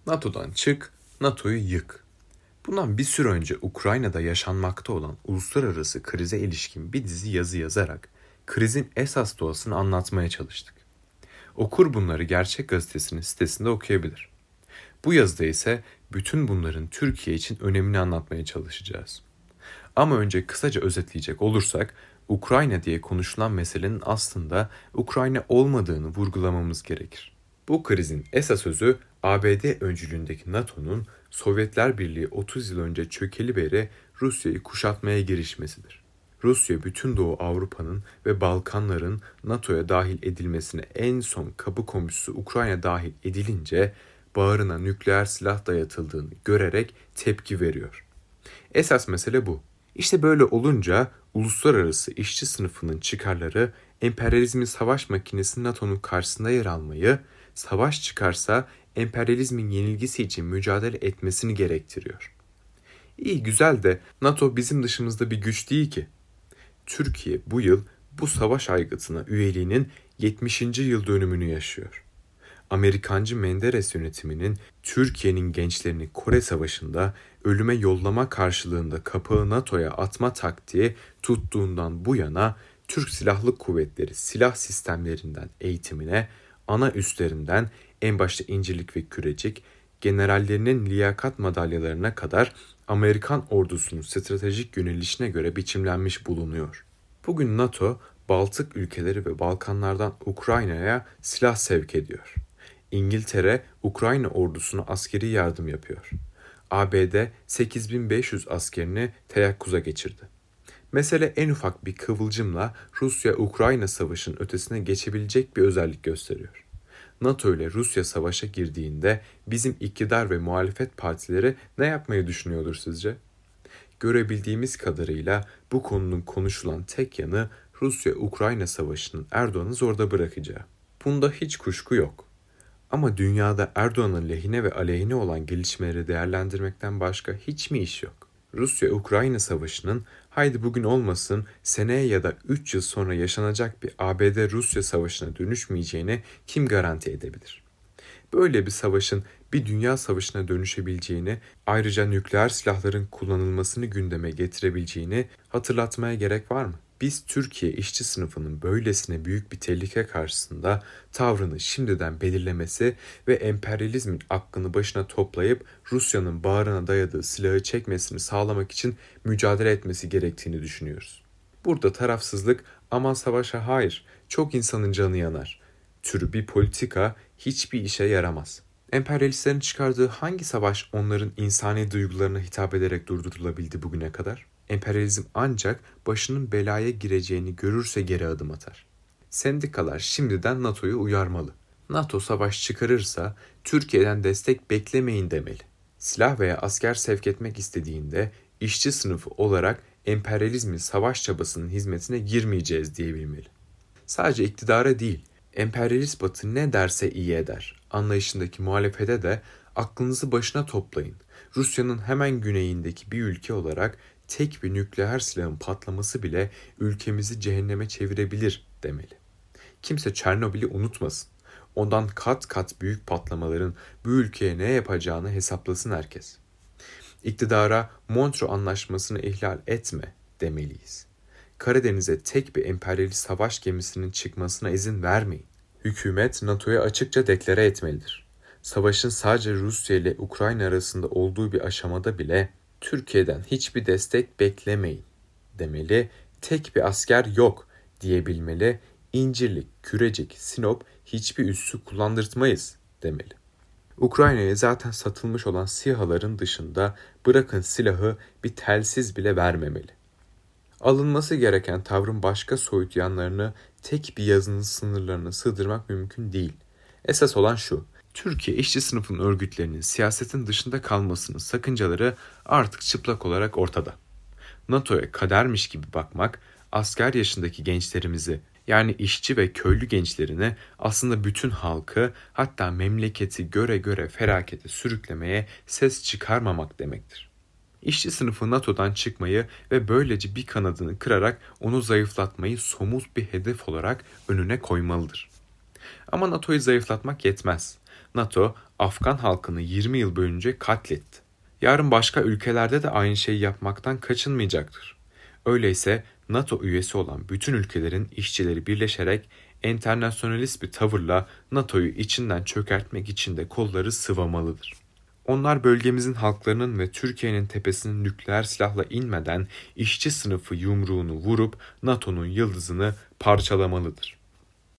NATO'dan çık, NATO'yu yık. Bundan bir süre önce Ukrayna'da yaşanmakta olan uluslararası krize ilişkin bir dizi yazı yazarak krizin esas doğasını anlatmaya çalıştık. Okur bunları Gerçek Gazetesi'nin sitesinde okuyabilir. Bu yazıda ise bütün bunların Türkiye için önemini anlatmaya çalışacağız. Ama önce kısaca özetleyecek olursak, Ukrayna diye konuşulan meselenin aslında Ukrayna olmadığını vurgulamamız gerekir. Bu krizin esas özü ABD öncülüğündeki NATO'nun Sovyetler Birliği 30 yıl önce çökeli beri Rusya'yı kuşatmaya girişmesidir. Rusya bütün Doğu Avrupa'nın ve Balkanların NATO'ya dahil edilmesine en son kapı komşusu Ukrayna dahil edilince bağrına nükleer silah dayatıldığını görerek tepki veriyor. Esas mesele bu. İşte böyle olunca uluslararası işçi sınıfının çıkarları emperyalizmin savaş makinesi NATO'nun karşısında yer almayı, savaş çıkarsa emperyalizmin yenilgisi için mücadele etmesini gerektiriyor. İyi güzel de NATO bizim dışımızda bir güç değil ki. Türkiye bu yıl bu savaş aygıtına üyeliğinin 70. yıl dönümünü yaşıyor. Amerikancı Menderes yönetiminin Türkiye'nin gençlerini Kore Savaşı'nda ölüme yollama karşılığında kapağı NATO'ya atma taktiği tuttuğundan bu yana Türk Silahlı Kuvvetleri silah sistemlerinden eğitimine, ana üslerinden en başta İncirlik ve Kürecik, generallerinin liyakat madalyalarına kadar Amerikan ordusunun stratejik yönelişine göre biçimlenmiş bulunuyor. Bugün NATO, Baltık ülkeleri ve Balkanlardan Ukrayna'ya silah sevk ediyor. İngiltere, Ukrayna ordusuna askeri yardım yapıyor. ABD 8500 askerini teyakkuza geçirdi. Mesele en ufak bir kıvılcımla Rusya-Ukrayna savaşının ötesine geçebilecek bir özellik gösteriyor. NATO ile Rusya savaşa girdiğinde bizim iktidar ve muhalefet partileri ne yapmayı düşünüyordur sizce? Görebildiğimiz kadarıyla bu konunun konuşulan tek yanı Rusya-Ukrayna savaşının Erdoğan'ı zorda bırakacağı. Bunda hiç kuşku yok. Ama dünyada Erdoğan'ın lehine ve aleyhine olan gelişmeleri değerlendirmekten başka hiç mi iş yok? Rusya-Ukrayna savaşının haydi bugün olmasın seneye ya da 3 yıl sonra yaşanacak bir ABD-Rusya savaşına dönüşmeyeceğini kim garanti edebilir? Böyle bir savaşın bir dünya savaşına dönüşebileceğini, ayrıca nükleer silahların kullanılmasını gündeme getirebileceğini hatırlatmaya gerek var mı? Biz Türkiye işçi sınıfının böylesine büyük bir tehlike karşısında tavrını şimdiden belirlemesi ve emperyalizmin aklını başına toplayıp Rusya'nın bağrına dayadığı silahı çekmesini sağlamak için mücadele etmesi gerektiğini düşünüyoruz. Burada tarafsızlık, aman savaşa hayır, çok insanın canı yanar türü bir politika hiçbir işe yaramaz. Emperyalistlerin çıkardığı hangi savaş onların insani duygularına hitap ederek durdurulabildi bugüne kadar? Emperyalizm ancak başının belaya gireceğini görürse geri adım atar. Sendikalar şimdiden NATO'yu uyarmalı. NATO savaş çıkarırsa Türkiye'den destek beklemeyin demeli. Silah veya asker sevk etmek istediğinde işçi sınıfı olarak emperyalizmin savaş çabasının hizmetine girmeyeceğiz diyebilmeli. Sadece iktidara değil, emperyalist Batı ne derse iyi eder anlayışındaki muhalefete de aklınızı başına toplayın. Rusya'nın hemen güneyindeki bir ülke olarak tek bir nükleer silahın patlaması bile ülkemizi cehenneme çevirebilir demeli. Kimse Çernobil'i unutmasın. Ondan kat kat büyük patlamaların bu ülkeye ne yapacağını hesaplasın herkes. İktidara Montreux Anlaşması'nı ihlal etme demeliyiz. Karadeniz'e tek bir emperyalist savaş gemisinin çıkmasına izin vermeyin. Hükümet NATO'ya açıkça deklare etmelidir. Savaşın sadece Rusya ile Ukrayna arasında olduğu bir aşamada bile Türkiye'den hiçbir destek beklemeyin demeli, tek bir asker yok diyebilmeli, İncirlik, Kürecik, Sinop hiçbir üssü kullandırtmayız demeli. Ukrayna'ya zaten satılmış olan SİHA'ların dışında bırakın silahı bir telsiz bile vermemeli. Alınması gereken tavrın başka soyut yanlarını tek bir yazının sınırlarına sığdırmak mümkün değil. Esas olan şu, Türkiye işçi sınıfının örgütlerinin siyasetin dışında kalmasının sakıncaları artık çıplak olarak ortada. NATO'ya kadermiş gibi bakmak, asker yaşındaki gençlerimizi yani işçi ve köylü gençlerini aslında bütün halkı hatta memleketi göre göre felakete sürüklemeye ses çıkarmamak demektir. İşçi sınıfı NATO'dan çıkmayı ve böylece bir kanadını kırarak onu zayıflatmayı somut bir hedef olarak önüne koymalıdır. Ama NATO'yu zayıflatmak yetmez. NATO, Afgan halkını 20 yıl boyunca katletti. Yarın başka ülkelerde de aynı şeyi yapmaktan kaçınmayacaktır. Öyleyse NATO üyesi olan bütün ülkelerin işçileri birleşerek enternasyonalist bir tavırla NATO'yu içinden çökertmek için de kolları sıvamalıdır. Onlar bölgemizin halklarının ve Türkiye'nin tepesinin nükleer silahla inmeden işçi sınıfı yumruğunu vurup NATO'nun yıldızını parçalamalıdır.